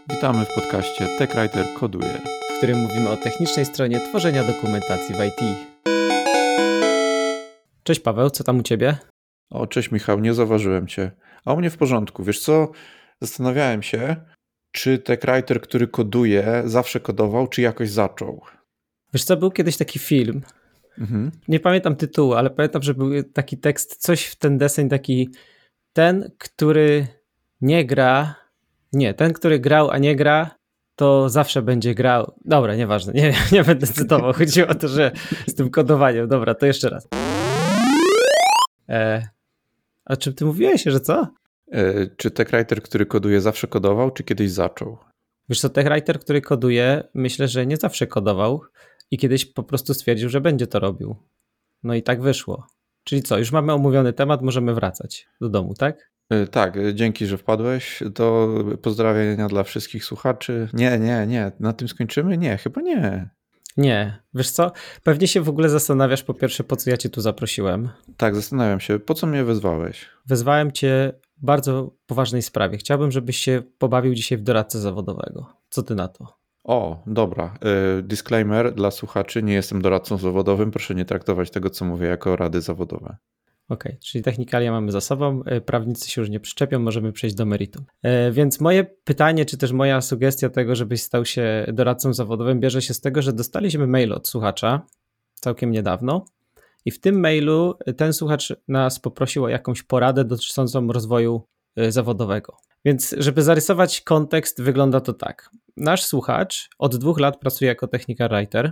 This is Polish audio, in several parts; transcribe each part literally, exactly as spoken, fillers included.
Witamy w podcaście TechWriter Koduje, w którym mówimy o technicznej stronie tworzenia dokumentacji w I T. Cześć Paweł, co tam u Ciebie? O, cześć Michał, nie zauważyłem Cię. A u mnie w porządku. Wiesz co, zastanawiałem się, czy TechWriter, który koduje, zawsze kodował, czy jakoś zaczął. Wiesz co, był kiedyś taki film, Mhm. nie pamiętam tytułu, ale pamiętam, że był taki tekst, coś w ten deseń taki, ten, który nie gra, nie, ten, który grał, a nie gra, to zawsze będzie grał. Dobra, nieważne, nie, nie będę cytował, chodziło o to, że z tym kodowaniem, dobra, to jeszcze raz. E, a czym ty mówiłeś, że co? E, czy TechWriter, który koduje, zawsze kodował, czy kiedyś zaczął? Wiesz co, TechWriter, który koduje, myślę, że nie zawsze kodował i kiedyś po prostu stwierdził, że będzie to robił. No i tak wyszło. Czyli co, już mamy omówiony temat, możemy wracać do domu, tak? E, tak, dzięki, że wpadłeś. To pozdrowienia dla wszystkich słuchaczy. Nie, nie, nie, na tym skończymy? Nie, chyba nie. Nie, wiesz co, pewnie się w ogóle zastanawiasz po pierwsze, po co ja cię tu zaprosiłem. Tak, zastanawiam się, po co mnie wezwałeś? Wezwałem cię w bardzo poważnej sprawie. Chciałbym, żebyś się pobawił dzisiaj w doradcę zawodowego. Co ty na to? O, dobra. Disclaimer dla słuchaczy, nie jestem doradcą zawodowym, proszę nie traktować tego, co mówię, jako rady zawodowe. Okej, okay, czyli technikalia mamy za sobą, prawnicy się już nie przyczepią, możemy przejść do meritum. Więc moje pytanie, czy też moja sugestia tego, żebyś stał się doradcą zawodowym, bierze się z tego, że dostaliśmy mail od słuchacza całkiem niedawno i w tym mailu ten słuchacz nas poprosił o jakąś poradę dotyczącą rozwoju zawodowego. Więc żeby zarysować kontekst, wygląda to tak. Nasz słuchacz od dwóch lat pracuje jako technical writer,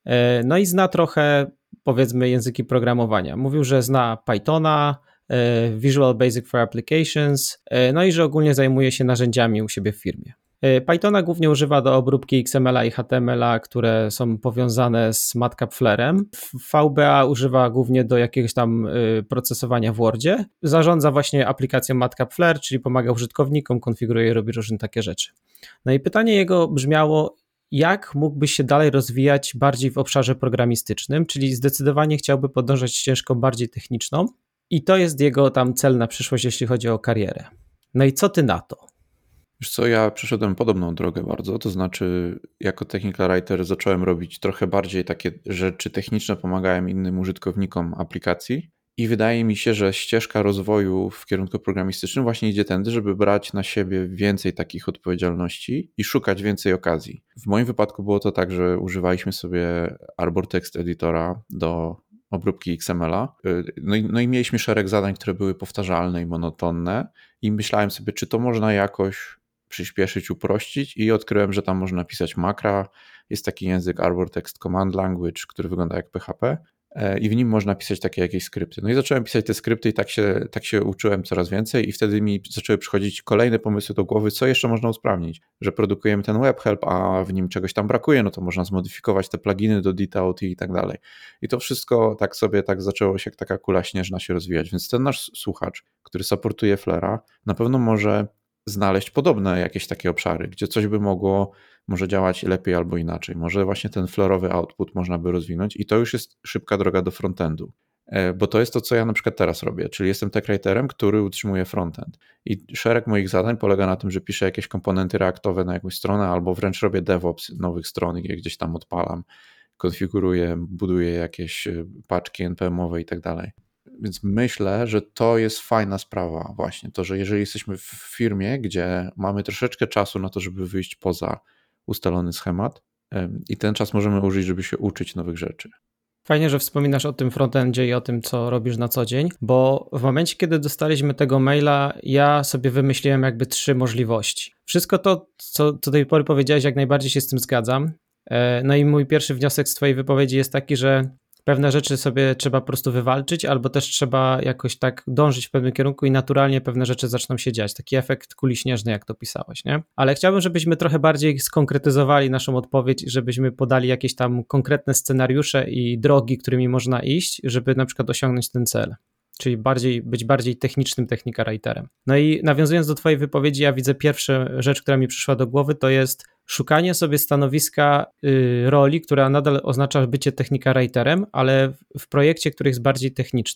no i zna trochę, powiedzmy, języki programowania. Mówił, że zna Pythona, Visual Basic for Applications, no i że ogólnie zajmuje się narzędziami u siebie w firmie. Pythona głównie używa do obróbki X M L-a i H T M L-a, które są powiązane z MATLAB-Flairem. V B A używa głównie do jakiegoś tam procesowania w Wordzie. Zarządza właśnie aplikacją MATLAB-Flair, czyli pomaga użytkownikom, konfiguruje i robi różne takie rzeczy. No i pytanie jego brzmiało, jak mógłbyś się dalej rozwijać bardziej w obszarze programistycznym, czyli zdecydowanie chciałby podążać ścieżką bardziej techniczną i to jest jego tam cel na przyszłość, jeśli chodzi o karierę. No i co ty na to? Wiesz co, ja przeszedłem podobną drogę bardzo, to znaczy jako technical writer zacząłem robić trochę bardziej takie rzeczy techniczne, pomagałem innym użytkownikom aplikacji i wydaje mi się, że ścieżka rozwoju w kierunku programistycznym właśnie idzie tędy, żeby brać na siebie więcej takich odpowiedzialności i szukać więcej okazji. W moim wypadku było to tak, że używaliśmy sobie Arbor Text Editora do obróbki X M L-a. No i, no i mieliśmy szereg zadań, które były powtarzalne i monotonne i myślałem sobie, czy to można jakoś przyspieszyć, uprościć i odkryłem, że tam można pisać makra. Jest taki język Arbor Text Command Language, który wygląda jak P H P i w nim można pisać takie jakieś skrypty. No i zacząłem pisać te skrypty i tak się, tak się uczyłem coraz więcej i wtedy mi zaczęły przychodzić kolejne pomysły do głowy, co jeszcze można usprawnić, że produkujemy ten webhelp, a w nim czegoś tam brakuje, no to można zmodyfikować te pluginy do D T O T i tak dalej. I to wszystko tak sobie tak zaczęło się jak taka kula śnieżna się rozwijać, więc ten nasz słuchacz, który supportuje Flaira, na pewno może znaleźć podobne jakieś takie obszary, gdzie coś by mogło może działać lepiej albo inaczej. Może właśnie ten flarowy output można by rozwinąć i to już jest szybka droga do frontendu. Bo to jest to, co ja na przykład teraz robię, czyli jestem techwriterem, który utrzymuje frontend i szereg moich zadań polega na tym, że piszę jakieś komponenty reaktowe na jakąś stronę albo wręcz robię DevOps nowych stron i je gdzieś tam odpalam, konfiguruję, buduję jakieś paczki N P M-owe i tak dalej. Więc myślę, że to jest fajna sprawa właśnie, to, że jeżeli jesteśmy w firmie, gdzie mamy troszeczkę czasu na to, żeby wyjść poza ustalony schemat i ten czas możemy użyć, żeby się uczyć nowych rzeczy. Fajnie, że wspominasz o tym frontendzie i o tym, co robisz na co dzień, bo w momencie, kiedy dostaliśmy tego maila, ja sobie wymyśliłem jakby trzy możliwości. Wszystko to, co do tej pory powiedziałeś, jak najbardziej się z tym zgadzam. No i mój pierwszy wniosek z twojej wypowiedzi jest taki, że pewne rzeczy sobie trzeba po prostu wywalczyć, albo też trzeba jakoś tak dążyć w pewnym kierunku i naturalnie pewne rzeczy zaczną się dziać. Taki efekt kuli śnieżnej, jak to pisałeś, nie? Ale chciałbym, żebyśmy trochę bardziej skonkretyzowali naszą odpowiedź i żebyśmy podali jakieś tam konkretne scenariusze i drogi, którymi można iść, żeby na przykład osiągnąć ten cel. Czyli bardziej, być bardziej technicznym technical writerem. No i nawiązując do twojej wypowiedzi, ja widzę pierwsza rzecz, która mi przyszła do głowy, to jest szukanie sobie stanowiska y, roli, która nadal oznacza bycie technical writerem, ale w projekcie, który jest bardziej techniczny.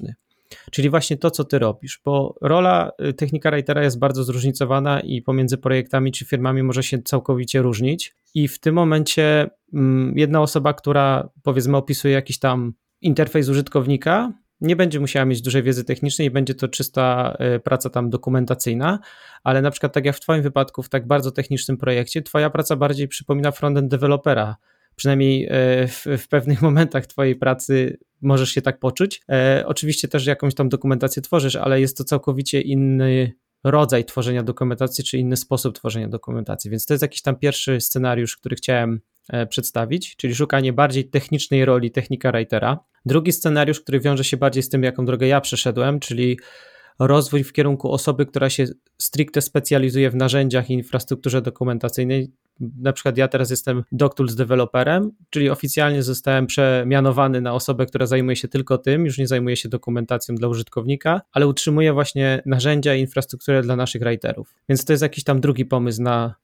Czyli właśnie to, co ty robisz, bo rola technika writera jest bardzo zróżnicowana i pomiędzy projektami czy firmami może się całkowicie różnić i w tym momencie jedna osoba, która powiedzmy opisuje jakiś tam interfejs użytkownika, nie będzie musiała mieć dużej wiedzy technicznej i będzie to czysta praca tam dokumentacyjna, ale na przykład tak jak w twoim wypadku w tak bardzo technicznym projekcie, twoja praca bardziej przypomina frontend dewelopera, przynajmniej w, w pewnych momentach twojej pracy możesz się tak poczuć. E, oczywiście też jakąś tam dokumentację tworzysz, ale jest to całkowicie inny rodzaj tworzenia dokumentacji, czy inny sposób tworzenia dokumentacji, więc to jest jakiś tam pierwszy scenariusz, który chciałem e, przedstawić, czyli szukanie bardziej technicznej roli technika writera. Drugi scenariusz, który wiąże się bardziej z tym, jaką drogę ja przeszedłem, czyli rozwój w kierunku osoby, która się stricte specjalizuje w narzędziach i infrastrukturze dokumentacyjnej. Na przykład ja teraz jestem DocTools deweloperem, czyli oficjalnie zostałem przemianowany na osobę, która zajmuje się tylko tym, już nie zajmuje się dokumentacją dla użytkownika, ale utrzymuje właśnie narzędzia i infrastrukturę dla naszych writerów. Więc to jest jakiś tam drugi pomysł na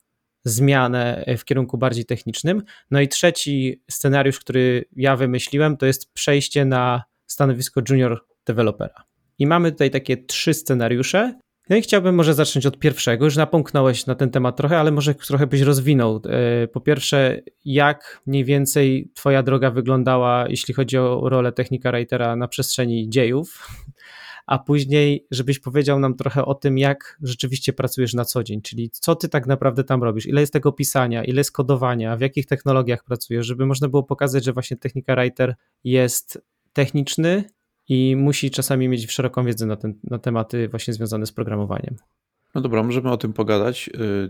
zmianę w kierunku bardziej technicznym. No i trzeci scenariusz, który ja wymyśliłem, to jest przejście na stanowisko junior dewelopera. I mamy tutaj takie trzy scenariusze. No i chciałbym może zacząć od pierwszego. Już napomknąłeś na ten temat trochę, ale może trochę byś rozwinął. Po pierwsze, jak mniej więcej twoja droga wyglądała, jeśli chodzi o rolę technika writera na przestrzeni dziejów, a później, żebyś powiedział nam trochę o tym, jak rzeczywiście pracujesz na co dzień, czyli co ty tak naprawdę tam robisz, ile jest tego pisania, ile jest kodowania, w jakich technologiach pracujesz, żeby można było pokazać, że właśnie technika writer jest techniczny i musi czasami mieć szeroką wiedzę na, ten, na tematy właśnie związane z programowaniem. No dobra, możemy o tym pogadać.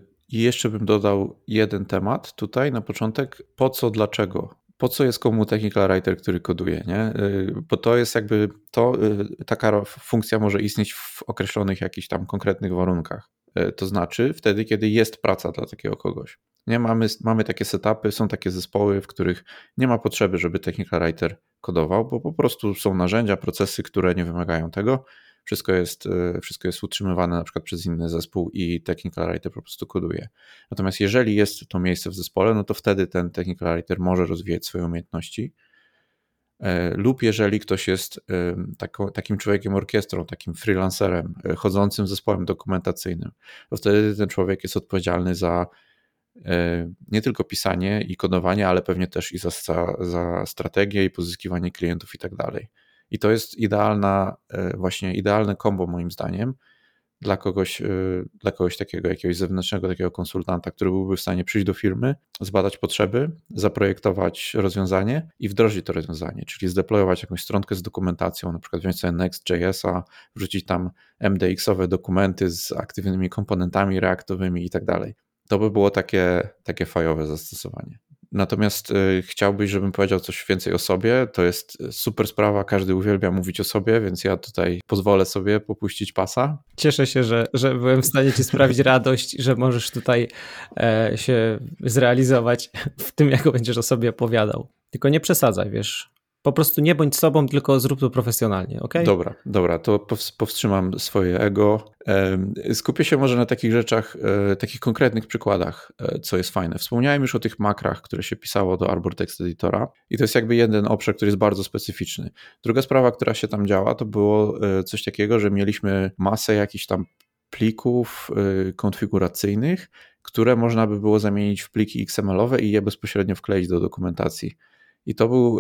I jeszcze bym dodał jeden temat tutaj na początek. Po co, dlaczego? Po co jest komu technical writer, który koduje, nie? Bo to jest jakby, to taka funkcja może istnieć w określonych jakichś tam konkretnych warunkach. To znaczy wtedy, kiedy jest praca dla takiego kogoś. Nie? Mamy, mamy takie setupy, są takie zespoły, w których nie ma potrzeby, żeby technical writer kodował, bo po prostu są narzędzia, procesy, które nie wymagają tego. Wszystko jest, wszystko jest utrzymywane na przykład przez inny zespół i technical writer po prostu koduje. Natomiast jeżeli jest to miejsce w zespole, no to wtedy ten technical writer może rozwijać swoje umiejętności lub jeżeli ktoś jest taką, takim człowiekiem orkiestrą, takim freelancerem, chodzącym zespołem dokumentacyjnym, to wtedy ten człowiek jest odpowiedzialny za nie tylko pisanie i kodowanie, ale pewnie też i za, za strategię i pozyskiwanie klientów i tak dalej. I to jest idealna, właśnie idealne kombo moim zdaniem dla kogoś, dla kogoś takiego, jakiegoś zewnętrznego takiego konsultanta, który byłby w stanie przyjść do firmy, zbadać potrzeby, zaprojektować rozwiązanie i wdrożyć to rozwiązanie, czyli zdeployować jakąś stronkę z dokumentacją, na przykład wziąć sobie Next.jsa, wrzucić tam M D X-owe dokumenty z aktywnymi komponentami reaktowymi i tak dalej. To by było takie, takie fajowe zastosowanie. Natomiast y, chciałbyś, żebym powiedział coś więcej o sobie, to jest super sprawa, każdy uwielbia mówić o sobie, więc ja tutaj pozwolę sobie popuścić pasa. Cieszę się, że, że byłem w stanie ci sprawić radość, że możesz tutaj e, się zrealizować w tym, jak będziesz o sobie opowiadał. Tylko nie przesadzaj, wiesz. Po prostu nie bądź sobą, tylko zrób to profesjonalnie, ok? Dobra, dobra, to powstrzymam swoje ego. Skupię się może na takich rzeczach, takich konkretnych przykładach, co jest fajne. Wspomniałem już o tych makrach, które się pisało do Arbor Text Editora i to jest jakby jeden obszar, który jest bardzo specyficzny. Druga sprawa, która się tam działa, to było coś takiego, że mieliśmy masę jakichś tam plików konfiguracyjnych, które można by było zamienić w pliki X M L-owe i je bezpośrednio wkleić do dokumentacji. I to był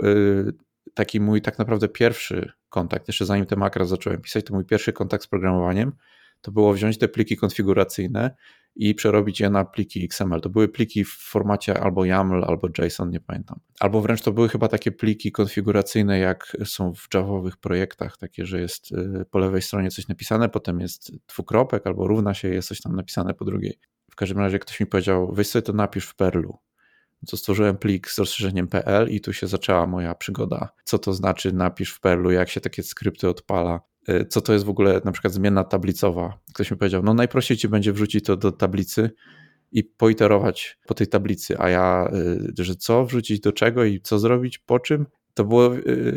taki mój tak naprawdę pierwszy kontakt, jeszcze zanim te makra zacząłem pisać, to mój pierwszy kontakt z programowaniem, to było wziąć te pliki konfiguracyjne i przerobić je na pliki X M L. To były pliki w formacie albo YAML, albo JSON, nie pamiętam. Albo wręcz to były chyba takie pliki konfiguracyjne, jak są w javowych projektach, takie, że jest po lewej stronie coś napisane, potem jest dwukropek albo równa się, jest coś tam napisane po drugiej. W każdym razie ktoś mi powiedział, weź sobie to napisz w Perlu. To stworzyłem plik z rozszerzeniem P L i tu się zaczęła moja przygoda. Co to znaczy napisz w Perlu, jak się takie skrypty odpala, co to jest w ogóle na przykład zmienna tablicowa. Ktoś mi powiedział, no najprościej ci będzie wrzucić to do tablicy i poiterować po tej tablicy, a ja, że co wrzucić do czego i co zrobić, po czym? To było,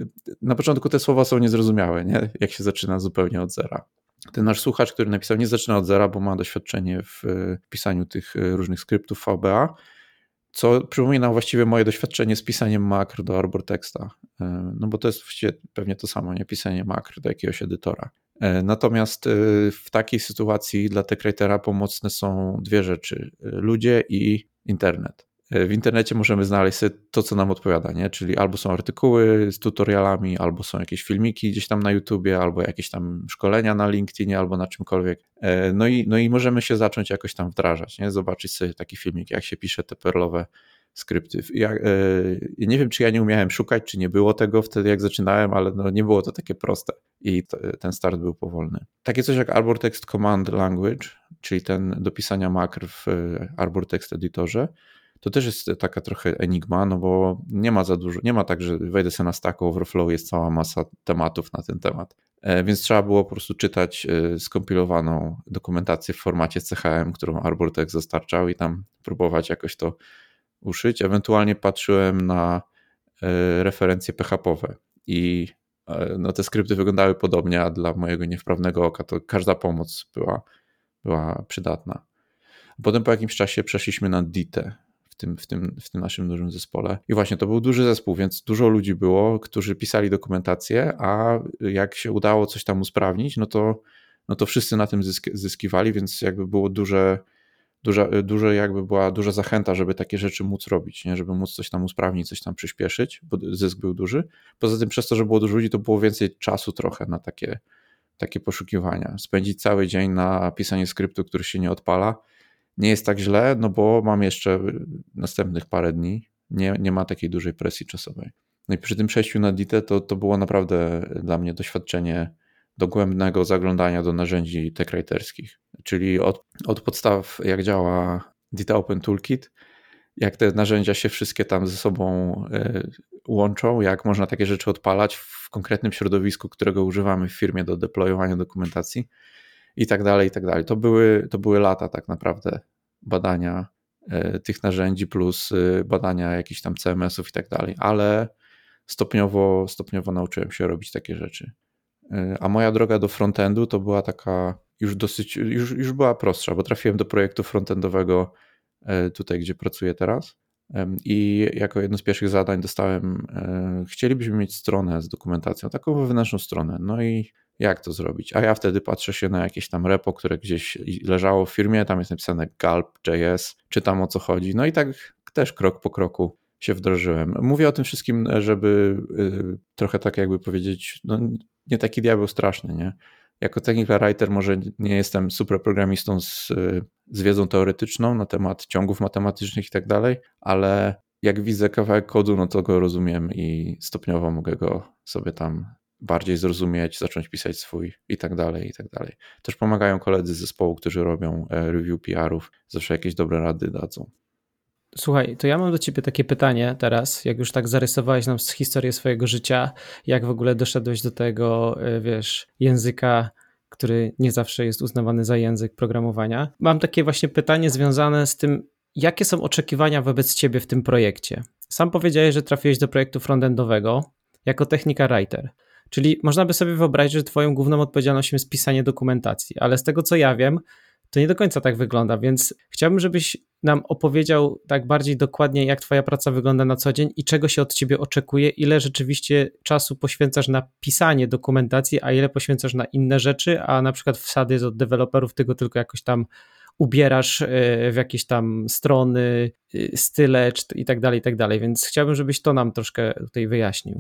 na początku te słowa są niezrozumiałe, nie? Jak się zaczyna zupełnie od zera. Ten nasz słuchacz, który napisał, nie zaczyna od zera, bo ma doświadczenie w pisaniu tych różnych skryptów V B A, co przypomina właściwie moje doświadczenie z pisaniem makr do Arbor Texta, no bo to jest właściwie pewnie to samo, nie, pisanie makr do jakiegoś edytora. Natomiast w takiej sytuacji dla TechWritera pomocne są dwie rzeczy, ludzie i internet. W internecie możemy znaleźć sobie to, co nam odpowiada, nie? Czyli albo są artykuły z tutorialami, albo są jakieś filmiki gdzieś tam na YouTubie, albo jakieś tam szkolenia na LinkedInie, albo na czymkolwiek. No i, no i możemy się zacząć jakoś tam wdrażać, nie? Zobaczyć sobie taki filmik, jak się pisze te perlowe skrypty. Ja, ja nie wiem, czy ja nie umiałem szukać, czy nie było tego wtedy, jak zaczynałem, ale no nie było to takie proste i to, ten start był powolny. Takie coś jak Arbor Text Command Language, czyli ten do pisania makr w Arbor Text Editorze, to też jest taka trochę enigma, no bo nie ma za dużo, nie ma tak, że wejdę sobie na Stack Overflow, jest cała masa tematów na ten temat. Więc trzeba było po prostu czytać skompilowaną dokumentację w formacie C H M, którą Arbor Text dostarczał i tam próbować jakoś to uszyć. Ewentualnie patrzyłem na referencje P H P-owe i no, te skrypty wyglądały podobnie, a dla mojego niewprawnego oka to każda pomoc była, była przydatna. Potem po jakimś czasie przeszliśmy na D T w tym, w tym, w tym naszym dużym zespole. I właśnie to był duży zespół, więc dużo ludzi było, którzy pisali dokumentację, a jak się udało coś tam usprawnić, no to, no to wszyscy na tym zysk, zyskiwali, więc jakby było duże, duża, duże jakby była duża zachęta, żeby takie rzeczy móc robić, nie? Żeby móc coś tam usprawnić, coś tam przyspieszyć, bo zysk był duży. Poza tym przez to, że było dużo ludzi, to było więcej czasu trochę na takie, takie poszukiwania. Spędzić cały dzień na pisanie skryptu, który się nie odpala, nie jest tak źle, no bo mam jeszcze następnych parę dni, nie, nie ma takiej dużej presji czasowej. No i przy tym przejściu na D T to, to było naprawdę dla mnie doświadczenie dogłębnego zaglądania do narzędzi techwriterskich, czyli od, od podstaw, jak działa D T Open Toolkit, jak te narzędzia się wszystkie tam ze sobą y, łączą, jak można takie rzeczy odpalać w konkretnym środowisku, którego używamy w firmie do deployowania dokumentacji, i tak dalej, i tak dalej. To były, to były lata tak naprawdę badania y, tych narzędzi plus y, badania jakichś tam C M S-ów i tak dalej, ale stopniowo, stopniowo nauczyłem się robić takie rzeczy. Y, a moja droga do frontendu to była taka już dosyć, już, już była prostsza, bo trafiłem do projektu frontendowego y, tutaj, gdzie pracuję teraz y, i jako jedno z pierwszych zadań dostałem, y, chcielibyśmy mieć stronę z dokumentacją, taką wewnętrzną stronę, no i jak to zrobić? A ja wtedy patrzę się na jakieś tam repo, które gdzieś leżało w firmie, tam jest napisane gulp kropka J S, czytam o co chodzi, no i tak też krok po kroku się wdrożyłem. Mówię o tym wszystkim, żeby y, trochę tak jakby powiedzieć, no nie taki diabeł straszny, nie? Jako technical writer może nie jestem super programistą z, z wiedzą teoretyczną na temat ciągów matematycznych i tak dalej, ale jak widzę kawałek kodu, no to go rozumiem i stopniowo mogę go sobie tam bardziej zrozumieć, zacząć pisać swój i tak dalej, i tak dalej. Też pomagają koledzy z zespołu, którzy robią review P R-ów, zawsze jakieś dobre rady dadzą. Słuchaj, to ja mam do ciebie takie pytanie teraz, jak już tak zarysowałeś nam historię swojego życia, jak w ogóle doszedłeś do tego, wiesz, języka, który nie zawsze jest uznawany za język programowania. Mam takie właśnie pytanie związane z tym, jakie są oczekiwania wobec ciebie w tym projekcie? Sam powiedziałeś, że trafiłeś do projektu frontendowego jako technical writer. Czyli można by sobie wyobrazić, że twoją główną odpowiedzialnością jest pisanie dokumentacji, ale z tego co ja wiem, to nie do końca tak wygląda, więc chciałbym, żebyś nam opowiedział tak bardziej dokładnie, jak twoja praca wygląda na co dzień i czego się od ciebie oczekuje, ile rzeczywiście czasu poświęcasz na pisanie dokumentacji, a ile poświęcasz na inne rzeczy, a na przykład wsady jest od deweloperów, ty go tylko jakoś tam ubierasz w jakieś tam strony, style i tak dalej, i tak dalej, więc chciałbym, żebyś to nam troszkę tutaj wyjaśnił.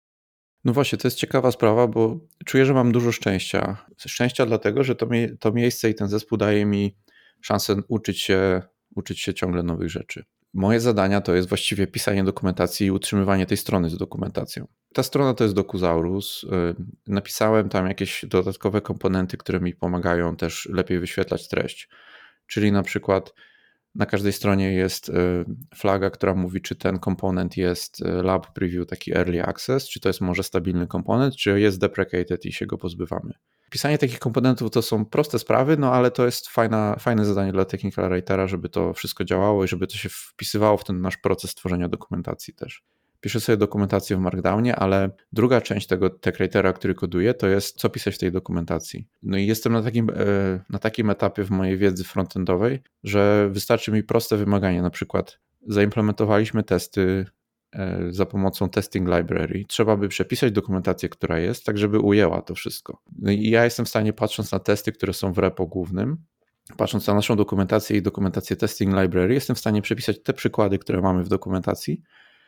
No właśnie, to jest ciekawa sprawa, bo czuję, że mam dużo szczęścia. Szczęścia dlatego, że to, mie- to miejsce i ten zespół daje mi szansę uczyć się, uczyć się ciągle nowych rzeczy. Moje zadania to jest właściwie pisanie dokumentacji i utrzymywanie tej strony z dokumentacją. Ta strona to jest Dokuzaurus. Napisałem tam jakieś dodatkowe komponenty, które mi pomagają też lepiej wyświetlać treść. Czyli na przykład na każdej stronie jest flaga, która mówi, czy ten komponent jest lab preview, taki early access, czy to jest może stabilny komponent, czy jest deprecated i się go pozbywamy. Pisanie takich komponentów to są proste sprawy, no ale to jest fajna, fajne zadanie dla technical writera, żeby to wszystko działało i żeby to się wpisywało w ten nasz proces tworzenia dokumentacji też. Piszę sobie dokumentację w Markdownie, ale druga część tego techwritera, który koduje, to jest co pisać w tej dokumentacji. No i jestem na takim, na takim etapie w mojej wiedzy frontendowej, że wystarczy mi proste wymaganie, na przykład zaimplementowaliśmy testy za pomocą testing library. Trzeba by przepisać dokumentację, która jest, tak żeby ujęła to wszystko. No i ja jestem w stanie, patrząc na testy, które są w repo głównym, patrząc na naszą dokumentację i dokumentację testing library, jestem w stanie przepisać te przykłady, które mamy w dokumentacji,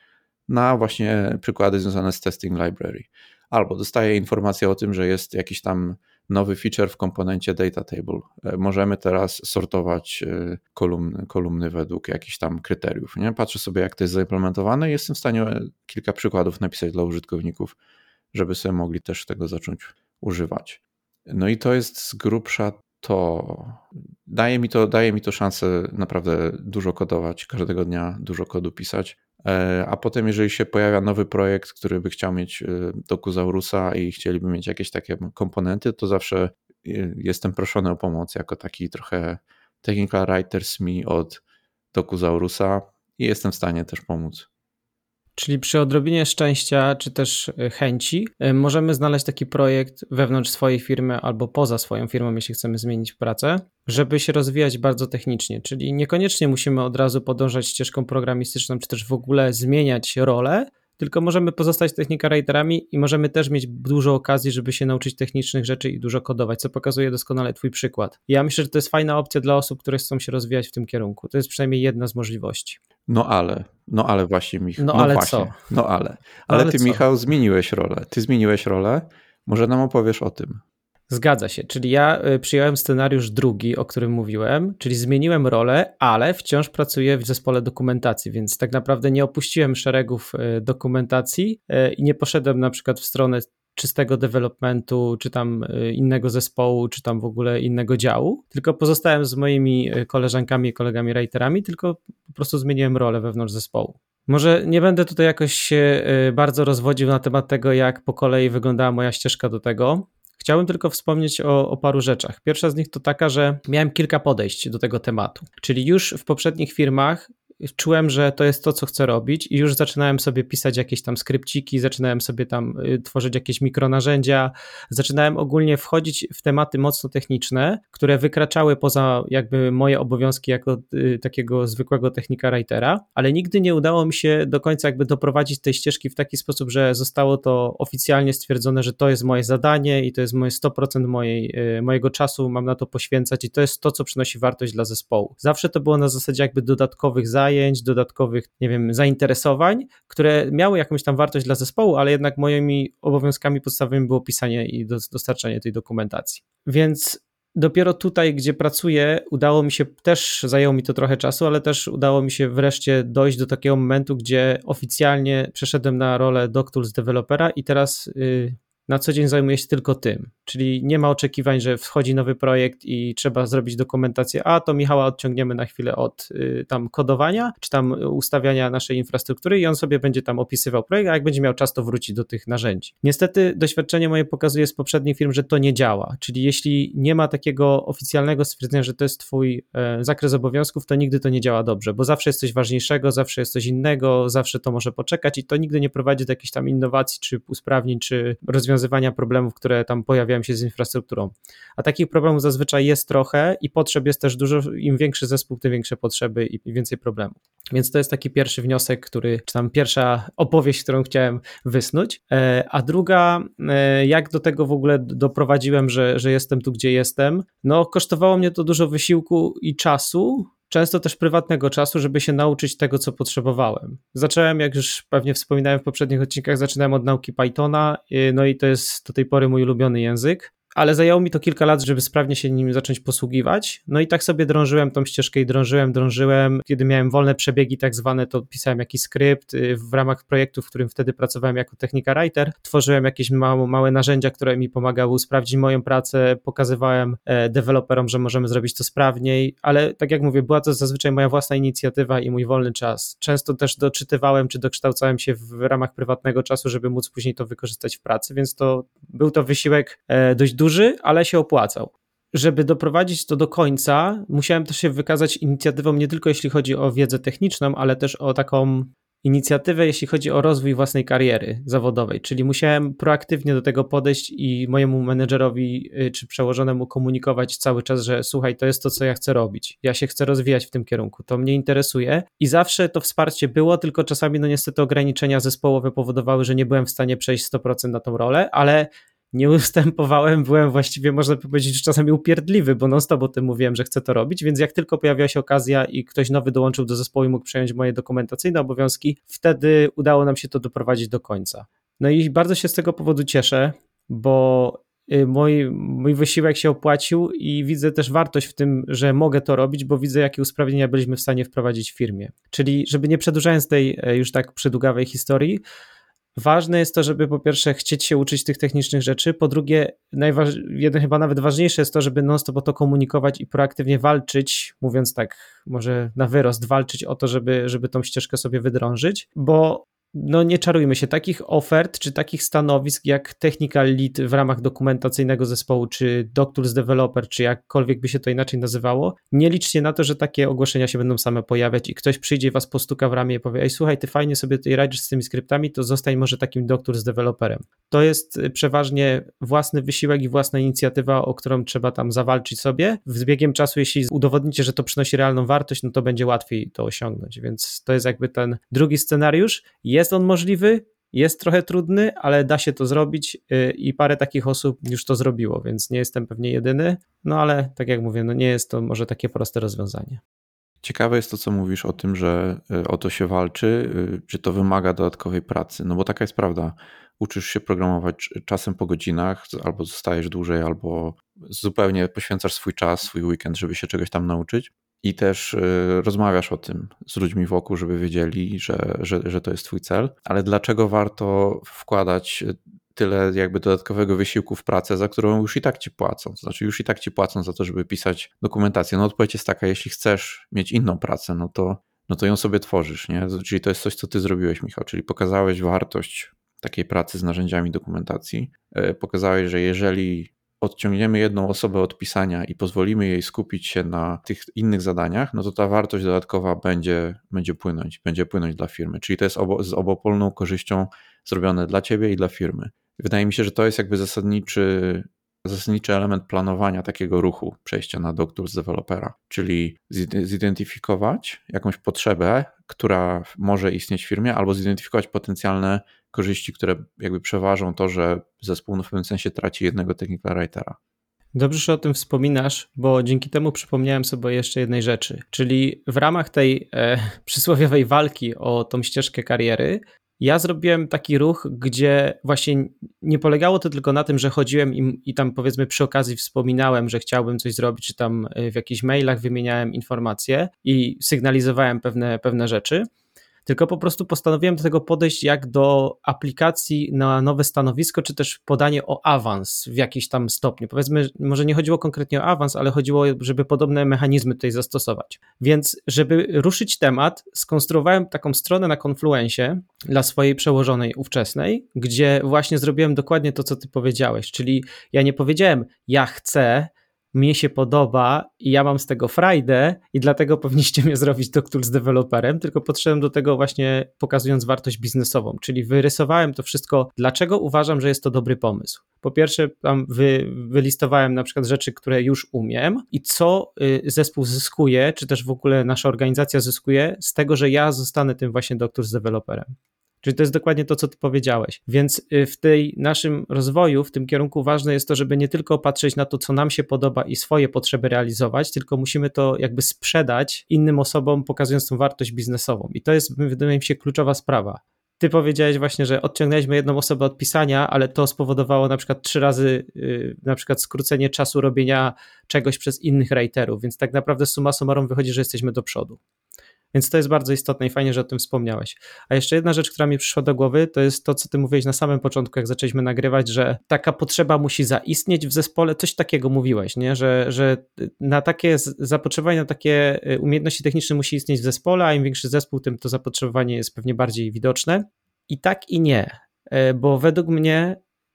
na właśnie przykłady związane z testing library. Albo dostaję informację o tym, że jest jakiś tam nowy feature w komponencie data table. Możemy teraz sortować kolumny, kolumny według jakichś tam kryteriów. Nie? Patrzę sobie, jak to jest zaimplementowane i jestem w stanie kilka przykładów napisać dla użytkowników, żeby sobie mogli też tego zacząć używać. No i to jest z grubsza to. Daje mi to, daje mi to szansę naprawdę dużo kodować, każdego dnia dużo kodu pisać. A potem, jeżeli się pojawia nowy projekt, który by chciał mieć Dokuzaurusa i chcieliby mieć jakieś takie komponenty, to zawsze jestem proszony o pomoc jako taki trochę technical writer S M I od Dokuzaurusa i jestem w stanie też pomóc. Czyli przy odrobinie szczęścia, czy też chęci, możemy znaleźć taki projekt wewnątrz swojej firmy albo poza swoją firmą, jeśli chcemy zmienić pracę, żeby się rozwijać bardzo technicznie. Czyli niekoniecznie musimy od razu podążać ścieżką programistyczną, czy też w ogóle zmieniać rolę, tylko możemy pozostać technika writerami i możemy też mieć dużo okazji, żeby się nauczyć technicznych rzeczy i dużo kodować, co pokazuje doskonale twój przykład. Ja myślę, że to jest fajna opcja dla osób, które chcą się rozwijać w tym kierunku. To jest przynajmniej jedna z możliwości. No ale, no ale właśnie Michał. No, no ale właśnie, co? No ale. Ale, no ale ty co? Michał zmieniłeś rolę. Ty zmieniłeś rolę. Może nam opowiesz o tym. Zgadza się, czyli ja przyjąłem scenariusz drugi, o którym mówiłem, czyli zmieniłem rolę, ale wciąż pracuję w zespole dokumentacji, więc tak naprawdę nie opuściłem szeregów dokumentacji i nie poszedłem na przykład w stronę czystego developmentu, czy tam innego zespołu, czy tam w ogóle innego działu, tylko pozostałem z moimi koleżankami i kolegami writerami, tylko po prostu zmieniłem rolę wewnątrz zespołu. Może nie będę tutaj jakoś się bardzo rozwodził na temat tego, jak po kolei wyglądała moja ścieżka do tego. Chciałbym tylko wspomnieć o, o paru rzeczach. Pierwsza z nich to taka, że miałem kilka podejść do tego tematu, czyli już w poprzednich firmach czułem, że to jest to, co chcę robić i już zaczynałem sobie pisać jakieś tam skrypciki, zaczynałem sobie tam tworzyć jakieś mikronarzędzia, zaczynałem ogólnie wchodzić w tematy mocno techniczne, które wykraczały poza jakby moje obowiązki jako y, takiego zwykłego technika writera, ale nigdy nie udało mi się do końca jakby doprowadzić tej ścieżki w taki sposób, że zostało to oficjalnie stwierdzone, że to jest moje zadanie i to jest moje sto procent mojej, y, mojego czasu, mam na to poświęcać i to jest to, co przynosi wartość dla zespołu. Zawsze to było na zasadzie jakby dodatkowych zajęć, dodatkowych, nie wiem, zainteresowań, które miały jakąś tam wartość dla zespołu, ale jednak moimi obowiązkami podstawowymi było pisanie i dostarczanie tej dokumentacji. Więc dopiero tutaj, gdzie pracuję, udało mi się, też zajęło mi to trochę czasu, ale też udało mi się wreszcie dojść do takiego momentu, gdzie oficjalnie przeszedłem na rolę DocTools dewelopera i teraz yy, na co dzień zajmuję się tylko tym, czyli nie ma oczekiwań, że wchodzi nowy projekt i trzeba zrobić dokumentację, a to Michała odciągniemy na chwilę od y, tam kodowania, czy tam ustawiania naszej infrastruktury i on sobie będzie tam opisywał projekt, a jak będzie miał czas, to wróci do tych narzędzi. Niestety doświadczenie moje pokazuje z poprzednich firm, że to nie działa, czyli jeśli nie ma takiego oficjalnego stwierdzenia, że to jest twój e, zakres obowiązków, to nigdy to nie działa dobrze, bo zawsze jest coś ważniejszego, zawsze jest coś innego, zawsze to może poczekać i to nigdy nie prowadzi do jakichś tam innowacji, czy usprawnień, czy rozwiązywania problemów, które tam pojawiają się z infrastrukturą. A takich problemów zazwyczaj jest trochę i potrzeb jest też dużo. Im większy zespół, tym większe potrzeby i więcej problemów. Więc to jest taki pierwszy wniosek, który, czy tam pierwsza opowieść, którą chciałem wysnuć. A druga, jak do tego w ogóle doprowadziłem, że, że jestem tu, gdzie jestem? No, kosztowało mnie to dużo wysiłku i czasu, często też prywatnego czasu, żeby się nauczyć tego, co potrzebowałem. Zacząłem, jak już pewnie wspominałem w poprzednich odcinkach, zaczynałem od nauki Pythona, no i to jest do tej pory mój ulubiony język, ale zajęło mi to kilka lat, żeby sprawnie się nim zacząć posługiwać, no i tak sobie drążyłem tą ścieżkę i drążyłem, drążyłem. Kiedy miałem wolne przebiegi tak zwane, to pisałem jakiś skrypt w ramach projektu, w którym wtedy pracowałem jako technika writer, tworzyłem jakieś małe, małe narzędzia, które mi pomagały usprawdzić moją pracę, pokazywałem deweloperom, że możemy zrobić to sprawniej, ale tak jak mówię, była to zazwyczaj moja własna inicjatywa i mój wolny czas. Często też doczytywałem, czy dokształcałem się w ramach prywatnego czasu, żeby móc później to wykorzystać w pracy, więc to był to wysiłek dość duży, ale się opłacał. Żeby doprowadzić to do końca, musiałem też się wykazać inicjatywą nie tylko jeśli chodzi o wiedzę techniczną, ale też o taką inicjatywę, jeśli chodzi o rozwój własnej kariery zawodowej, czyli musiałem proaktywnie do tego podejść i mojemu menedżerowi czy przełożonemu komunikować cały czas, że słuchaj, to jest to, co ja chcę robić, ja się chcę rozwijać w tym kierunku, to mnie interesuje i zawsze to wsparcie było, tylko czasami no niestety ograniczenia zespołowe powodowały, że nie byłem w stanie przejść sto procent na tą rolę, ale nie ustępowałem, byłem właściwie, można powiedzieć, czasami upierdliwy, bo non-stop o tym mówiłem, że chcę to robić, więc jak tylko pojawiła się okazja i ktoś nowy dołączył do zespołu i mógł przejąć moje dokumentacyjne obowiązki, wtedy udało nam się to doprowadzić do końca. No i bardzo się z tego powodu cieszę, bo mój, mój wysiłek się opłacił i widzę też wartość w tym, że mogę to robić, bo widzę, jakie usprawnienia byliśmy w stanie wprowadzić w firmie. Czyli żeby nie przedłużając tej już tak przydługawej historii, ważne jest to, żeby po pierwsze chcieć się uczyć tych technicznych rzeczy, po drugie, najważ... jeden chyba nawet ważniejsze jest to, żeby non-stop o to komunikować i proaktywnie walczyć, mówiąc tak może na wyrost, walczyć o to, żeby, żeby tą ścieżkę sobie wydrążyć, bo no nie czarujmy się, takich ofert czy takich stanowisk jak technical lead w ramach dokumentacyjnego zespołu, czy doctors developer, czy jakkolwiek by się to inaczej nazywało, nie liczcie na to, że takie ogłoszenia się będą same pojawiać i ktoś przyjdzie i was postuka w ramię i powie, ej słuchaj, ty fajnie sobie tutaj radzisz z tymi skryptami, to zostań może takim doctors developerem. To jest przeważnie własny wysiłek i własna inicjatywa, o którą trzeba tam zawalczyć sobie. Z biegiem czasu, jeśli udowodnicie, że to przynosi realną wartość, no to będzie łatwiej to osiągnąć, więc to jest jakby ten drugi scenariusz. Jest on możliwy, jest trochę trudny, ale da się to zrobić i parę takich osób już to zrobiło, więc nie jestem pewnie jedyny, no ale tak jak mówię, no nie jest to może takie proste rozwiązanie. Ciekawe jest to, co mówisz o tym, że o to się walczy, że to wymaga dodatkowej pracy, no bo taka jest prawda. Uczysz się programować czasem po godzinach, albo zostajesz dłużej, albo zupełnie poświęcasz swój czas, swój weekend, żeby się czegoś tam nauczyć. I też y, rozmawiasz o tym z ludźmi wokół, żeby wiedzieli, że, że, że to jest twój cel. Ale dlaczego warto wkładać tyle jakby dodatkowego wysiłku w pracę, za którą już i tak ci płacą? To znaczy już i tak ci płacą za to, żeby pisać dokumentację. No odpowiedź jest taka, jeśli chcesz mieć inną pracę, no to, no to ją sobie tworzysz, nie? Czyli to jest coś, co ty zrobiłeś, Michał, czyli pokazałeś wartość takiej pracy z narzędziami dokumentacji. Y, pokazałeś, że jeżeli odciągniemy jedną osobę od pisania i pozwolimy jej skupić się na tych innych zadaniach, no to ta wartość dodatkowa będzie, będzie płynąć, będzie płynąć dla firmy. Czyli to jest obo, z obopólną korzyścią zrobione dla ciebie i dla firmy. Wydaje mi się, że to jest jakby zasadniczy, zasadniczy element planowania takiego ruchu, przejścia na doctors dewelopera, czyli zidentyfikować jakąś potrzebę, która może istnieć w firmie, albo zidentyfikować potencjalne korzyści, które jakby przeważą to, że zespół no w pewnym sensie traci jednego technical writera. Dobrze, że o tym wspominasz, bo dzięki temu przypomniałem sobie jeszcze jednej rzeczy, czyli w ramach tej e, przysłowiowej walki o tą ścieżkę kariery ja zrobiłem taki ruch, gdzie właśnie nie polegało to tylko na tym, że chodziłem i, i tam powiedzmy przy okazji wspominałem, że chciałbym coś zrobić, czy tam w jakichś mailach wymieniałem informacje i sygnalizowałem pewne, pewne rzeczy, tylko po prostu postanowiłem do tego podejść jak do aplikacji na nowe stanowisko, czy też podanie o awans w jakiś tam stopniu. Powiedzmy, może nie chodziło konkretnie o awans, ale chodziło, żeby podobne mechanizmy tutaj zastosować. Więc żeby ruszyć temat, skonstruowałem taką stronę na Confluencie dla swojej przełożonej ówczesnej, gdzie właśnie zrobiłem dokładnie to, co ty powiedziałeś, czyli ja nie powiedziałem, ja chcę, mnie się podoba i ja mam z tego frajdę i dlatego powinniście mnie zrobić doctors developerem, tylko podszedłem do tego właśnie pokazując wartość biznesową, czyli wyrysowałem to wszystko, dlaczego uważam, że jest to dobry pomysł. Po pierwsze tam wy, wylistowałem na przykład rzeczy, które już umiem i co zespół zyskuje, czy też w ogóle nasza organizacja zyskuje z tego, że ja zostanę tym właśnie doctors developerem. Czyli to jest dokładnie to, co ty powiedziałeś. Więc w tej naszym rozwoju, w tym kierunku ważne jest to, żeby nie tylko patrzeć na to, co nam się podoba i swoje potrzeby realizować, tylko musimy to jakby sprzedać innym osobom, pokazując tą wartość biznesową. I to jest, wydaje mi się, kluczowa sprawa. Ty powiedziałeś właśnie, że odciągnęliśmy jedną osobę od pisania, ale to spowodowało na przykład trzy razy yy, na przykład skrócenie czasu robienia czegoś przez innych writerów, więc tak naprawdę summa summarum wychodzi, że jesteśmy do przodu. Więc to jest bardzo istotne i fajnie, że o tym wspomniałeś. A jeszcze jedna rzecz, która mi przyszła do głowy, to jest to, co ty mówiłeś na samym początku, jak zaczęliśmy nagrywać, że taka potrzeba musi zaistnieć w zespole, coś takiego mówiłeś, nie? Że, że na takie zapotrzebowanie, na takie umiejętności techniczne musi istnieć w zespole, a im większy zespół, tym to zapotrzebowanie jest pewnie bardziej widoczne. I tak i nie, bo według mnie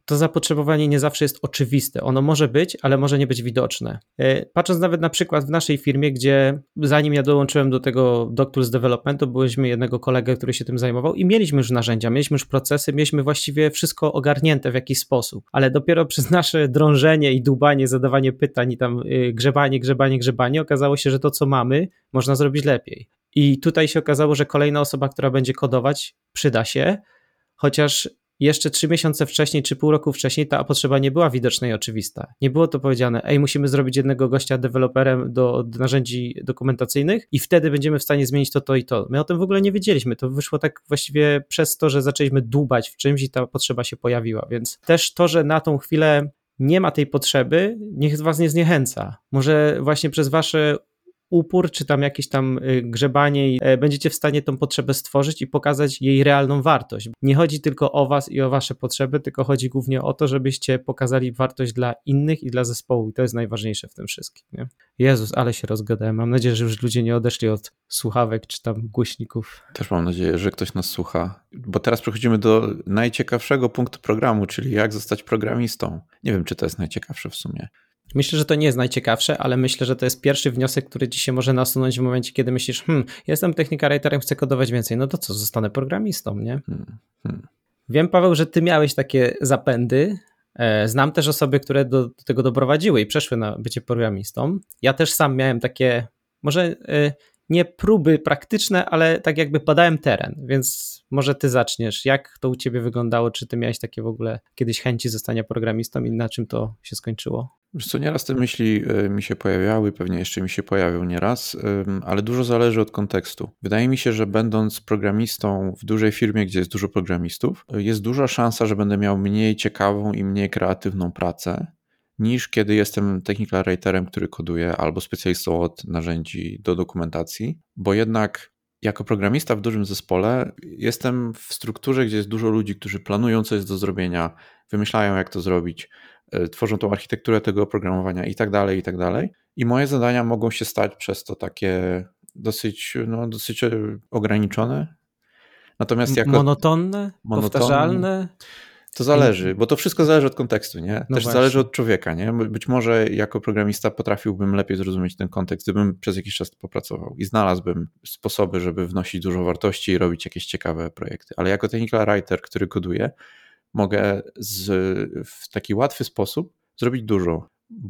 to zapotrzebowanie nie zawsze jest oczywiste. Ono może być, ale może nie być widoczne. Patrząc nawet na przykład w naszej firmie, gdzie zanim ja dołączyłem do tego DocTools Developmentu, byliśmy jednego kolegę, który się tym zajmował i mieliśmy już narzędzia, mieliśmy już procesy, mieliśmy właściwie wszystko ogarnięte w jakiś sposób, ale dopiero przez nasze drążenie i dłubanie, zadawanie pytań i tam grzebanie, grzebanie, grzebanie, okazało się, że to, co mamy, można zrobić lepiej. I tutaj się okazało, że kolejna osoba, która będzie kodować, przyda się, chociaż jeszcze trzy miesiące wcześniej, czy pół roku wcześniej ta potrzeba nie była widoczna i oczywista. Nie było to powiedziane, ej, musimy zrobić jednego gościa deweloperem do, do narzędzi dokumentacyjnych i wtedy będziemy w stanie zmienić to, to i to. My o tym w ogóle nie wiedzieliśmy. To wyszło tak właściwie przez to, że zaczęliśmy dłubać w czymś i ta potrzeba się pojawiła. Więc też to, że na tą chwilę nie ma tej potrzeby, niech was nie zniechęca. Może właśnie przez wasze upór, czy tam jakieś tam grzebanie i będziecie w stanie tą potrzebę stworzyć i pokazać jej realną wartość. Nie chodzi tylko o was i o wasze potrzeby, tylko chodzi głównie o to, żebyście pokazali wartość dla innych i dla zespołu i to jest najważniejsze w tym wszystkim. Nie? Jezus, ale się rozgadałem. Mam nadzieję, że już ludzie nie odeszli od słuchawek czy tam głośników. Też mam nadzieję, że ktoś nas słucha, bo teraz przechodzimy do najciekawszego punktu programu, czyli jak zostać programistą. Nie wiem, czy to jest najciekawsze w sumie. Myślę, że to nie jest najciekawsze, ale myślę, że to jest pierwszy wniosek, który ci się może nasunąć w momencie, kiedy myślisz, hmm, jestem technical writerem, chcę kodować więcej, no to co, zostanę programistą, nie? Hmm, hmm. Wiem, Paweł, że ty miałeś takie zapędy. Znam też osoby, które do, do tego doprowadziły i przeszły na bycie programistą. Ja też sam miałem takie, może nie próby praktyczne, ale tak jakby badałem teren, więc może ty zaczniesz. Jak to u ciebie wyglądało? Czy ty miałeś takie w ogóle kiedyś chęci zostania programistą i na czym to się skończyło? Wiesz co, nieraz te myśli mi się pojawiały, pewnie jeszcze mi się pojawią nieraz, ale dużo zależy od kontekstu. Wydaje mi się, że będąc programistą w dużej firmie, gdzie jest dużo programistów, jest duża szansa, że będę miał mniej ciekawą i mniej kreatywną pracę, niż kiedy jestem technical writerem, który koduje, albo specjalistą od narzędzi do dokumentacji, bo jednak jako programista w dużym zespole jestem w strukturze, gdzie jest dużo ludzi, którzy planują, co jest do zrobienia, wymyślają, jak to zrobić, tworzą tą architekturę tego oprogramowania i tak dalej, i tak dalej. I moje zadania mogą się stać przez to takie dosyć, no, dosyć ograniczone. Natomiast jako monotonne, monotonne, powtarzalne. To zależy, bo to wszystko zależy od kontekstu, nie? No Też właśnie. zależy od człowieka, nie? Być może jako programista potrafiłbym lepiej zrozumieć ten kontekst, gdybym przez jakiś czas popracował i znalazłbym sposoby, żeby wnosić dużo wartości i robić jakieś ciekawe projekty. Ale jako technical writer, który koduje, mogę z, w taki łatwy sposób zrobić dużo,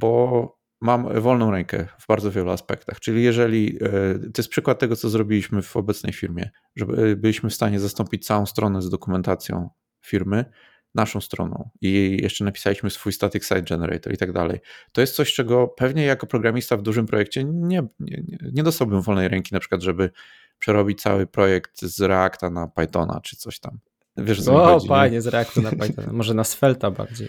bo mam wolną rękę w bardzo wielu aspektach. Czyli jeżeli, to jest przykład tego, co zrobiliśmy w obecnej firmie, że byliśmy w stanie zastąpić całą stronę z dokumentacją firmy naszą stroną i jeszcze napisaliśmy swój static site generator i tak dalej. To jest coś, czego pewnie jako programista w dużym projekcie nie, nie, nie dostałbym wolnej ręki, na przykład, żeby przerobić cały projekt z Reacta na Pythona czy coś tam. Wiesz, co mi o, chodzi, panie, nie? z Reactu na Pythona. Może na Svelta bardziej.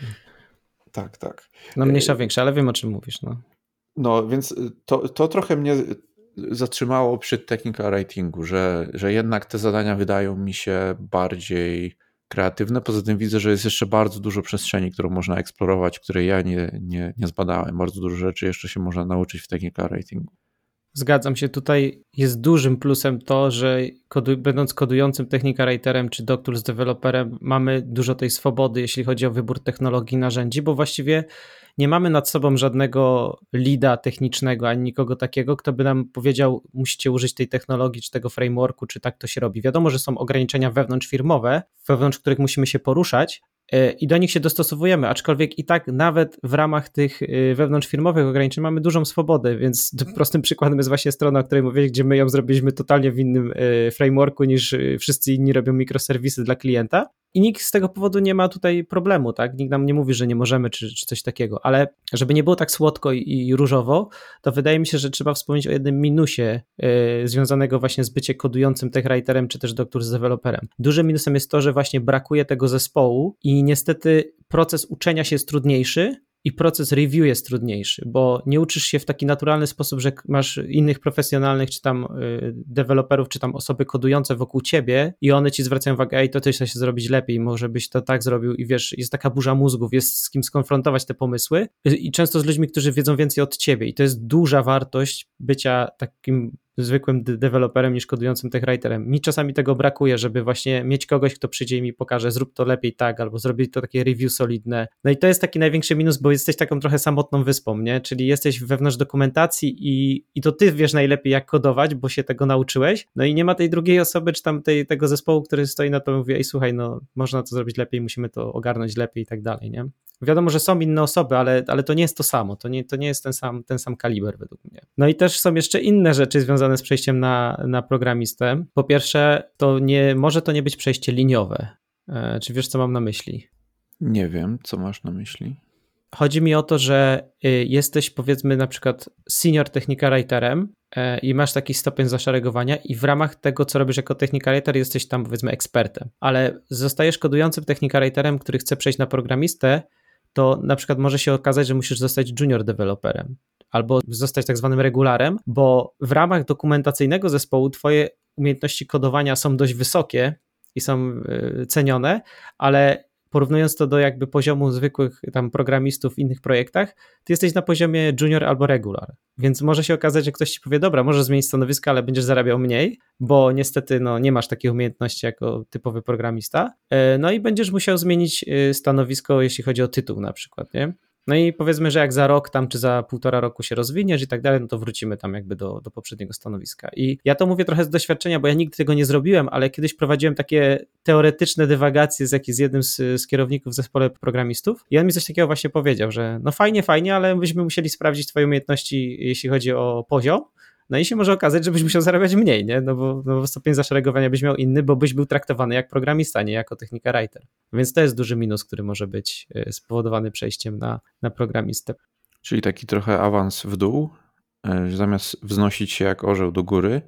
Tak, tak. No mniejsza, większa, ale wiem, o czym mówisz. No, no więc to, to trochę mnie zatrzymało przy technical writingu, że, że jednak te zadania wydają mi się bardziej kreatywne. Poza tym widzę, że jest jeszcze bardzo dużo przestrzeni, którą można eksplorować, której ja nie, nie, nie zbadałem. Bardzo dużo rzeczy jeszcze się można nauczyć w technical writingu. Zgadzam się, tutaj jest dużym plusem to, że kodu, będąc kodującym technical writerem czy DocTools deweloperem mamy dużo tej swobody, jeśli chodzi o wybór technologii, narzędzi, bo właściwie nie mamy nad sobą żadnego leada technicznego, ani nikogo takiego, kto by nam powiedział, musicie użyć tej technologii, czy tego frameworku, czy tak to się robi. Wiadomo, że są ograniczenia wewnątrzfirmowe, wewnątrz których musimy się poruszać i do nich się dostosowujemy, aczkolwiek i tak nawet w ramach tych wewnątrzfirmowych ograniczeń mamy dużą swobodę, więc prostym przykładem jest właśnie strona, o której mówię, gdzie my ją zrobiliśmy totalnie w innym frameworku niż wszyscy inni robią mikroserwisy dla klienta. I nikt z tego powodu nie ma tutaj problemu, tak? Nikt nam nie mówi, że nie możemy, czy, czy coś takiego, ale żeby nie było tak słodko i, i różowo, to wydaje mi się, że trzeba wspomnieć o jednym minusie yy, związanego właśnie z bycie kodującym tech writerem, czy też DocTools deweloperem. Dużym minusem jest to, że właśnie brakuje tego zespołu i niestety proces uczenia się jest trudniejszy, i proces review jest trudniejszy, bo nie uczysz się w taki naturalny sposób, że masz innych profesjonalnych, czy tam y, deweloperów, czy tam osoby kodujące wokół ciebie i one ci zwracają uwagę, ej, to coś da się zrobić lepiej, może byś to tak zrobił i wiesz, jest taka burza mózgów, jest z kim skonfrontować te pomysły i często z ludźmi, którzy wiedzą więcej od ciebie i to jest duża wartość bycia takim zwykłym de- deweloperem niż kodującym techwriterem. Mi czasami tego brakuje, żeby właśnie mieć kogoś, kto przyjdzie i mi pokaże, zrób to lepiej tak, albo zrobić to takie review solidne. No i to jest taki największy minus, bo jesteś taką trochę samotną wyspą, nie? Czyli jesteś wewnątrz dokumentacji i, i to ty wiesz najlepiej, jak kodować, bo się tego nauczyłeś, no i nie ma tej drugiej osoby, czy tam tej, tego zespołu, który stoi na to i mówi, ej słuchaj, no można to zrobić lepiej, musimy to ogarnąć lepiej i tak dalej, nie? Wiadomo, że są inne osoby, ale, ale to nie jest to samo, to nie, to nie jest ten sam, ten sam kaliber według mnie. No i też są jeszcze inne rzeczy związane z przejściem na, na programistę. Po pierwsze, to nie, może to nie być przejście liniowe. E, czy wiesz, co mam na myśli? Nie wiem, co masz na myśli. Chodzi mi o to, że jesteś powiedzmy na przykład senior technical writerem i masz taki stopień zaszeregowania i w ramach tego, co robisz jako technical writer, jesteś tam powiedzmy ekspertem, ale zostajesz kodującym technical writerem, który chce przejść na programistę, to na przykład może się okazać, że musisz zostać junior deweloperem albo zostać tak zwanym regularem, bo w ramach dokumentacyjnego zespołu twoje umiejętności kodowania są dość wysokie i są cenione, ale porównując to do jakby poziomu zwykłych tam programistów w innych projektach, ty jesteś na poziomie junior albo regular, więc może się okazać, że ktoś ci powie, dobra, możesz zmienić stanowisko, ale będziesz zarabiał mniej, bo niestety no, nie masz takich umiejętności jako typowy programista, no i będziesz musiał zmienić stanowisko, jeśli chodzi o tytuł na przykład, nie? No i powiedzmy, że jak za rok tam, czy za półtora roku się rozwiniesz i tak dalej, no to wrócimy tam jakby do, do poprzedniego stanowiska. I ja to mówię trochę z doświadczenia, bo ja nigdy tego nie zrobiłem, ale kiedyś prowadziłem takie teoretyczne dywagacje z, jak, z jednym z, z kierowników w zespole programistów i on mi coś takiego właśnie powiedział, że no fajnie, fajnie, ale byśmy musieli sprawdzić twoje umiejętności, jeśli chodzi o poziom. No i się może okazać, że byś musiał zarabiać mniej, nie? No bo, no bo stopień zaszeregowania byś miał inny, bo byś był traktowany jak programista, nie jako technical writer. Więc to jest duży minus, który może być spowodowany przejściem na, na programistę. Czyli taki trochę awans w dół, że zamiast wznosić się jak orzeł do góry,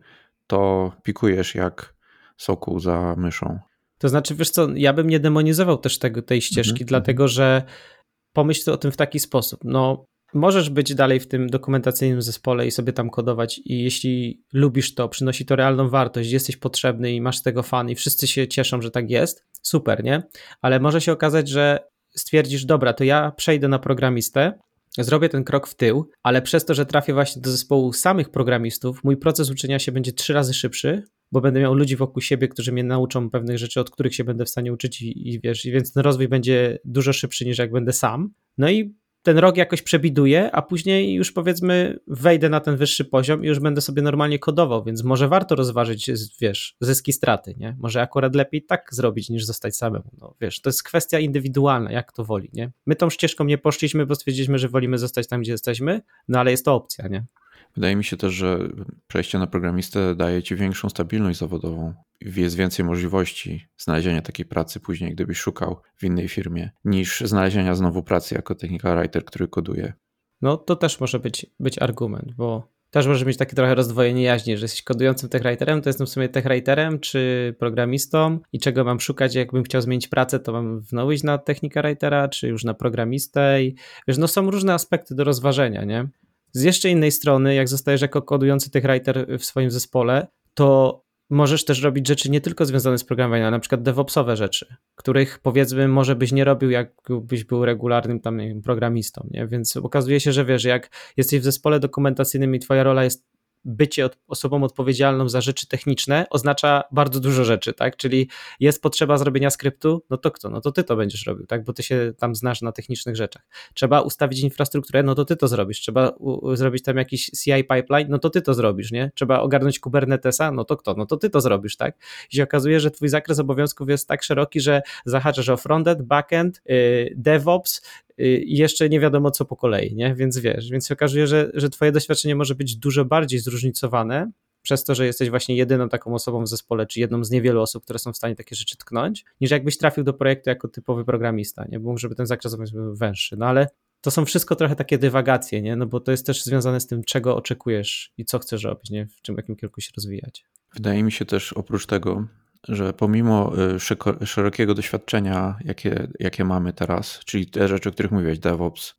to pikujesz jak sokół za myszą. To znaczy, wiesz co, ja bym nie demonizował też tego, tej ścieżki, mm-hmm. dlatego że pomyśl o tym w taki sposób, no możesz być dalej w tym dokumentacyjnym zespole i sobie tam kodować i jeśli lubisz to, przynosi to realną wartość, jesteś potrzebny i masz z tego fan i wszyscy się cieszą, że tak jest, super, nie? Ale może się okazać, że stwierdzisz, dobra, to ja przejdę na programistę, zrobię ten krok w tył, ale przez to, że trafię właśnie do zespołu samych programistów, mój proces uczenia się będzie trzy razy szybszy, bo będę miał ludzi wokół siebie, którzy mnie nauczą pewnych rzeczy, od których się będę w stanie uczyć i, i wiesz, i więc ten rozwój będzie dużo szybszy niż jak będę sam. No i ten rok jakoś przebiduję, a później już powiedzmy wejdę na ten wyższy poziom i już będę sobie normalnie kodował, więc może warto rozważyć, wiesz, zyski, straty, nie? Może akurat lepiej tak zrobić, niż zostać samemu, no wiesz, to jest kwestia indywidualna, jak to woli, nie? My tą ścieżką nie poszliśmy, bo stwierdziliśmy, że wolimy zostać tam, gdzie jesteśmy, no ale jest to opcja, nie? Wydaje mi się też, że przejście na programistę daje ci większą stabilność zawodową. Jest więcej możliwości znalezienia takiej pracy później, gdybyś szukał w innej firmie, niż znalezienia znowu pracy jako technical writer, który koduje. No to też może być, być argument, bo też możesz mieć takie trochę rozdwojenie jaźni, że jesteś kodującym techwriterem, to jestem w sumie techwriterem czy programistą i czego mam szukać, jakbym chciał zmienić pracę, to mam znowu iść na technical writera, czy już na programistę i wiesz, no są różne aspekty do rozważenia, nie? Z jeszcze innej strony, jak zostajesz jako kodujący techwriter w swoim zespole, to możesz też robić rzeczy nie tylko związane z programowaniem, ale na przykład DevOpsowe rzeczy, których powiedzmy może byś nie robił, jakbyś był regularnym tam nie wiem, programistą, nie? Więc okazuje się, że wiesz, jak jesteś w zespole dokumentacyjnym i twoja rola jest bycie od, osobą odpowiedzialną za rzeczy techniczne oznacza bardzo dużo rzeczy, tak? Czyli jest potrzeba zrobienia skryptu, no to kto? No to ty to będziesz robił, tak? Bo ty się tam znasz na technicznych rzeczach. Trzeba ustawić infrastrukturę, no to ty to zrobisz. Trzeba u, zrobić tam jakiś C I pipeline, no to ty to zrobisz, nie? Trzeba ogarnąć Kubernetesa, no to kto? No to ty to zrobisz, tak? I się okazuje, że twój zakres obowiązków jest tak szeroki, że zahaczasz o frontend, backend, yy, DevOps, i jeszcze nie wiadomo co po kolei, nie? Więc wiesz, więc się okazuje, że, że twoje doświadczenie może być dużo bardziej zróżnicowane przez to, że jesteś właśnie jedyną taką osobą w zespole, czy jedną z niewielu osób, które są w stanie takie rzeczy tknąć, niż jakbyś trafił do projektu jako typowy programista, nie? Bo żeby ten zakres był węższy, no ale to są wszystko trochę takie dywagacje, nie? No bo to jest też związane z tym, czego oczekujesz i co chcesz robić, nie? W czym, jakim kierunku się rozwijać. Wydaje mi się też oprócz tego, że pomimo szerokiego doświadczenia, jakie, jakie mamy teraz, czyli te rzeczy, o których mówiłeś, DevOps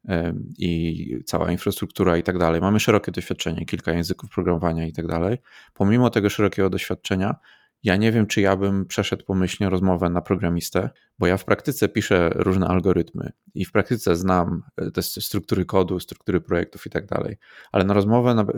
i cała infrastruktura i tak dalej, mamy szerokie doświadczenie, kilka języków programowania i tak dalej, pomimo tego szerokiego doświadczenia Ja nie wiem, czy ja bym przeszedł pomyślnie rozmowę na programistę, bo ja w praktyce piszę różne algorytmy i w praktyce znam te struktury kodu, struktury projektów i tak dalej, ale na rozmowę, na,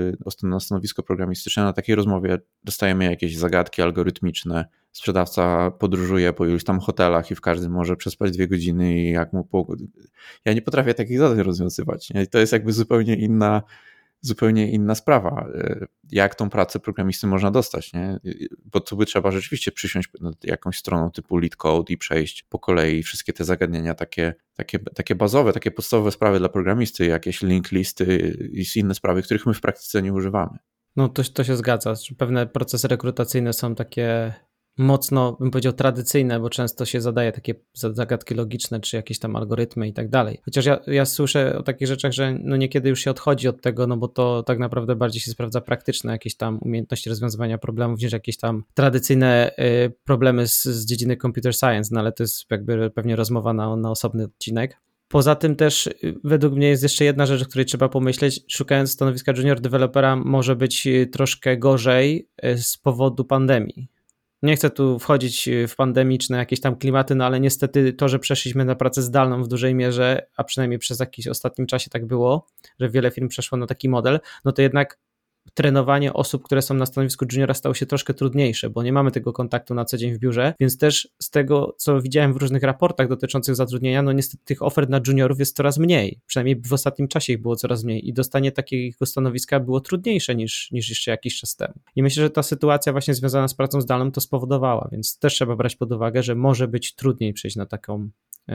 na stanowisko programistyczne, na takiej rozmowie dostajemy jakieś zagadki algorytmiczne, sprzedawca podróżuje po iluś tam hotelach i w każdym może przespać dwie godziny i jak mu... Po... Ja nie potrafię takich zadań rozwiązywać. Nie? To jest jakby zupełnie inna zupełnie inna sprawa, jak tą pracę programisty można dostać, nie? Bo tu by trzeba rzeczywiście przysiąść nad jakąś stroną typu LeetCode i przejść po kolei wszystkie te zagadnienia takie, takie, takie bazowe, takie podstawowe sprawy dla programisty, jakieś link listy i inne sprawy, których my w praktyce nie używamy. No to, to się zgadza. Pewne procesy rekrutacyjne są takie mocno, bym powiedział, tradycyjne, bo często się zadaje takie zagadki logiczne, czy jakieś tam algorytmy i tak dalej. Chociaż ja, ja słyszę o takich rzeczach, że no niekiedy już się odchodzi od tego, no bo to tak naprawdę bardziej się sprawdza praktyczne jakieś tam umiejętności rozwiązywania problemów, niż jakieś tam tradycyjne y, problemy z, z dziedziny computer science, no ale to jest jakby pewnie rozmowa na, na osobny odcinek. Poza tym też według mnie jest jeszcze jedna rzecz, o której trzeba pomyśleć. Szukając stanowiska junior dewelopera może być troszkę gorzej z powodu pandemii. Nie chcę tu wchodzić w pandemiczne jakieś tam klimaty, no ale niestety to, że przeszliśmy na pracę zdalną w dużej mierze, a przynajmniej przez jakiś ostatnim czasie tak było, że wiele firm przeszło na taki model, no to jednak trenowanie osób, które są na stanowisku juniora stało się troszkę trudniejsze, bo nie mamy tego kontaktu na co dzień w biurze, więc też z tego, co widziałem w różnych raportach dotyczących zatrudnienia, no niestety tych ofert na juniorów jest coraz mniej, przynajmniej w ostatnim czasie ich było coraz mniej i dostanie takiego stanowiska było trudniejsze niż, niż jeszcze jakiś czas temu. I myślę, że ta sytuacja właśnie związana z pracą zdalną to spowodowała, więc też trzeba brać pod uwagę, że może być trudniej przejść na taką,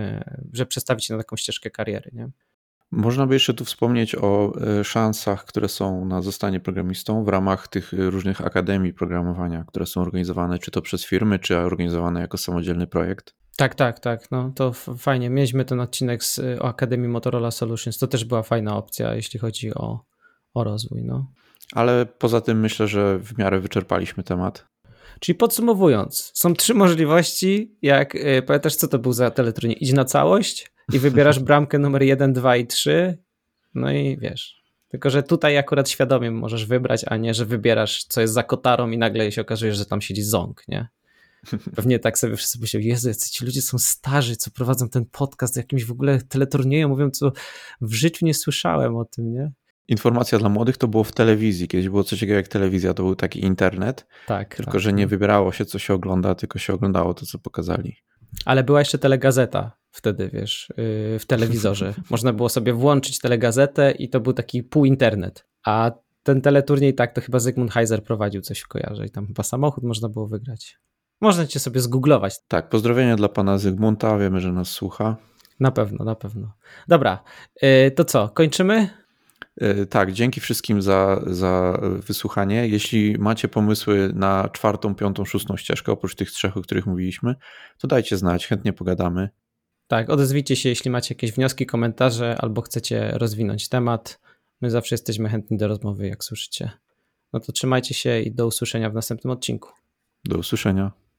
że przestawić się na taką ścieżkę kariery, nie? Można by jeszcze tu wspomnieć o szansach, które są na zostanie programistą w ramach tych różnych akademii programowania, które są organizowane czy to przez firmy, czy organizowane jako samodzielny projekt. Tak, tak, tak. No to fajnie. Mieliśmy ten odcinek z, o Akademii Motorola Solutions. To też była fajna opcja, jeśli chodzi o, o rozwój. No. Ale poza tym myślę, że w miarę wyczerpaliśmy temat. Czyli podsumowując, są trzy możliwości. Jak pamiętasz, co to był za teleturniej? Idź na całość i wybierasz bramkę numer jeden, dwa i trzy. No i wiesz. Tylko że tutaj akurat świadomie możesz wybrać, a nie, że wybierasz, co jest za kotarą i nagle się okazuje, że tam siedzi ząg, nie? Pewnie tak sobie wszyscy myślą, Jezu, jacy ci ludzie są starzy, co prowadzą ten podcast o jakimś w ogóle teleturnieju, mówią, co w życiu nie słyszałem o tym, nie? Informacja dla młodych to było w telewizji. Kiedyś było coś takiego jak telewizja, to był taki internet. Tak. Tylko, tak. że nie wybierało się, co się ogląda, tylko się oglądało to, co pokazali. Ale była jeszcze telegazeta wtedy, wiesz, w telewizorze. Można było sobie włączyć telegazetę i to był taki półinternet. A ten teleturniej, tak, to chyba Zygmunt Heiser prowadził, coś kojarzę i tam chyba samochód można było wygrać. Można cię sobie zgooglować. Tak, pozdrowienia dla pana Zygmunta, wiemy, że nas słucha. Na pewno, na pewno. Dobra, to co, kończymy? Tak, dzięki wszystkim za, za wysłuchanie. Jeśli macie pomysły na czwartą, piątą, szóstą ścieżkę, oprócz tych trzech, o których mówiliśmy, to dajcie znać, chętnie pogadamy. Tak, odezwijcie się, jeśli macie jakieś wnioski, komentarze albo chcecie rozwinąć temat. My zawsze jesteśmy chętni do rozmowy, jak słyszycie. No to trzymajcie się i do usłyszenia w następnym odcinku. Do usłyszenia.